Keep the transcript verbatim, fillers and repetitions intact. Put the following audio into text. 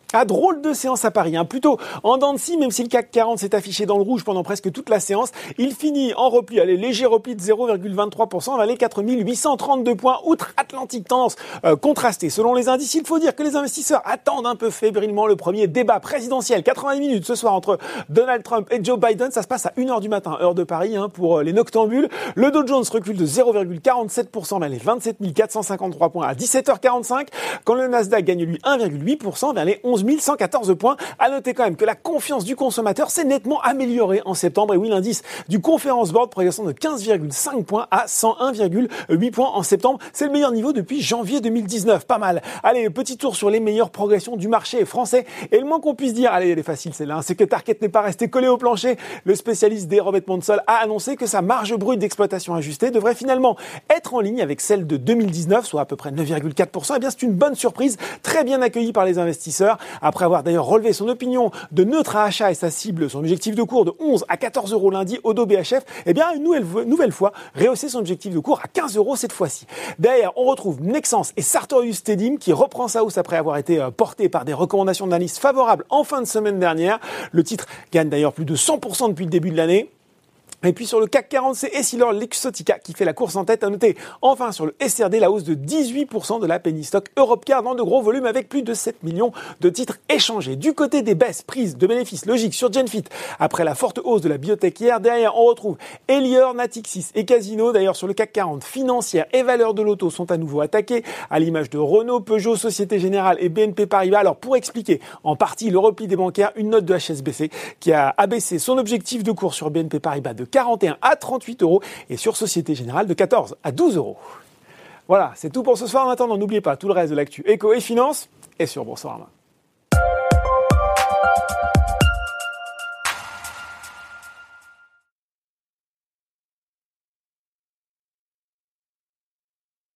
Ah, drôle de séance à Paris, hein. Plutôt en dents de scie, même si le C A C quarante s'est affiché dans le rouge pendant presque toute la séance. Il finit en repli, allez, léger repli de zéro virgule vingt-trois pour cent vers les quatre mille huit cent trente-deux points. Outre-Atlantique, tendance euh, contrastée. Selon les indices, il faut dire que les investisseurs attendent un peu fébrilement le premier débat présidentiel. quatre-vingt-dix minutes ce soir entre Donald Trump et Joe Biden. Ça se passe à une heure du matin, heure de Paris, hein, pour euh, les noctambules. Le Dow Jones recule de zéro virgule quarante-sept pour cent vers les vingt-sept mille quatre cent cinquante-trois points à dix-sept heures quarante-cinq. Quand le Nasdaq gagne lui un virgule huit pour cent vers les onze mille cent quatorze points. À noter quand même que la confiance du consommateur s'est nettement améliorée en septembre. Et oui, l'indice du Conference Board progressant de quinze virgule cinq points à cent un virgule huit points en septembre. C'est le meilleur niveau depuis janvier deux mille dix-neuf. Pas mal. Allez, petit tour sur les meilleures progressions du marché français. Et le moins qu'on puisse dire, allez, elle est facile celle-là, hein, c'est que Tarkett n'est pas resté collé au plancher. Le spécialiste des revêtements de sol a annoncé que sa marge brute d'exploitation ajustée devrait finalement être en ligne avec celle de deux mille dix-neuf, soit à peu près neuf virgule quatre pour cent. Eh bien, c'est une bonne surprise, très bien accueillie par les investisseurs. Après avoir d'ailleurs relevé son opinion de neutre à achat et sa cible, son objectif de cours de onze à quatorze euros lundi, Odo B H F, eh bien, une nouvelle, nouvelle fois, rehaussé son objectif de cours à quinze euros cette fois-ci. Derrière, on retrouve Nexans et Sartorius Stedim qui reprend sa hausse après avoir été porté par des recommandations d'analyse favorables en fin de semaine dernière. Le titre gagne d'ailleurs plus de cent pour cent depuis le début de l'année. Et puis sur le C A C quarante, c'est Essilor Luxottica qui fait la course en tête. À noter enfin sur le S R D la hausse de dix-huit pour cent de la penny stock Europcar dans de gros volumes avec plus de sept millions de titres échangés. Du côté des baisses prises de bénéfices logiques sur Genfit, après la forte hausse de la biotech hier, derrière on retrouve Elior, Natixis et Casino. D'ailleurs sur le C A C quarante, financières et valeurs de l'auto sont à nouveau attaquées, à l'image de Renault, Peugeot, Société Générale et B N P Paribas. Alors pour expliquer en partie le repli des bancaires, une note de H S B C qui a abaissé son objectif de cours sur B N P Paribas de quarante et un à trente-huit euros et sur Société Générale de quatorze à douze euros. Voilà, c'est tout pour ce soir. En attendant, n'oubliez pas tout le reste de l'actu éco et finance est sur Boursorama.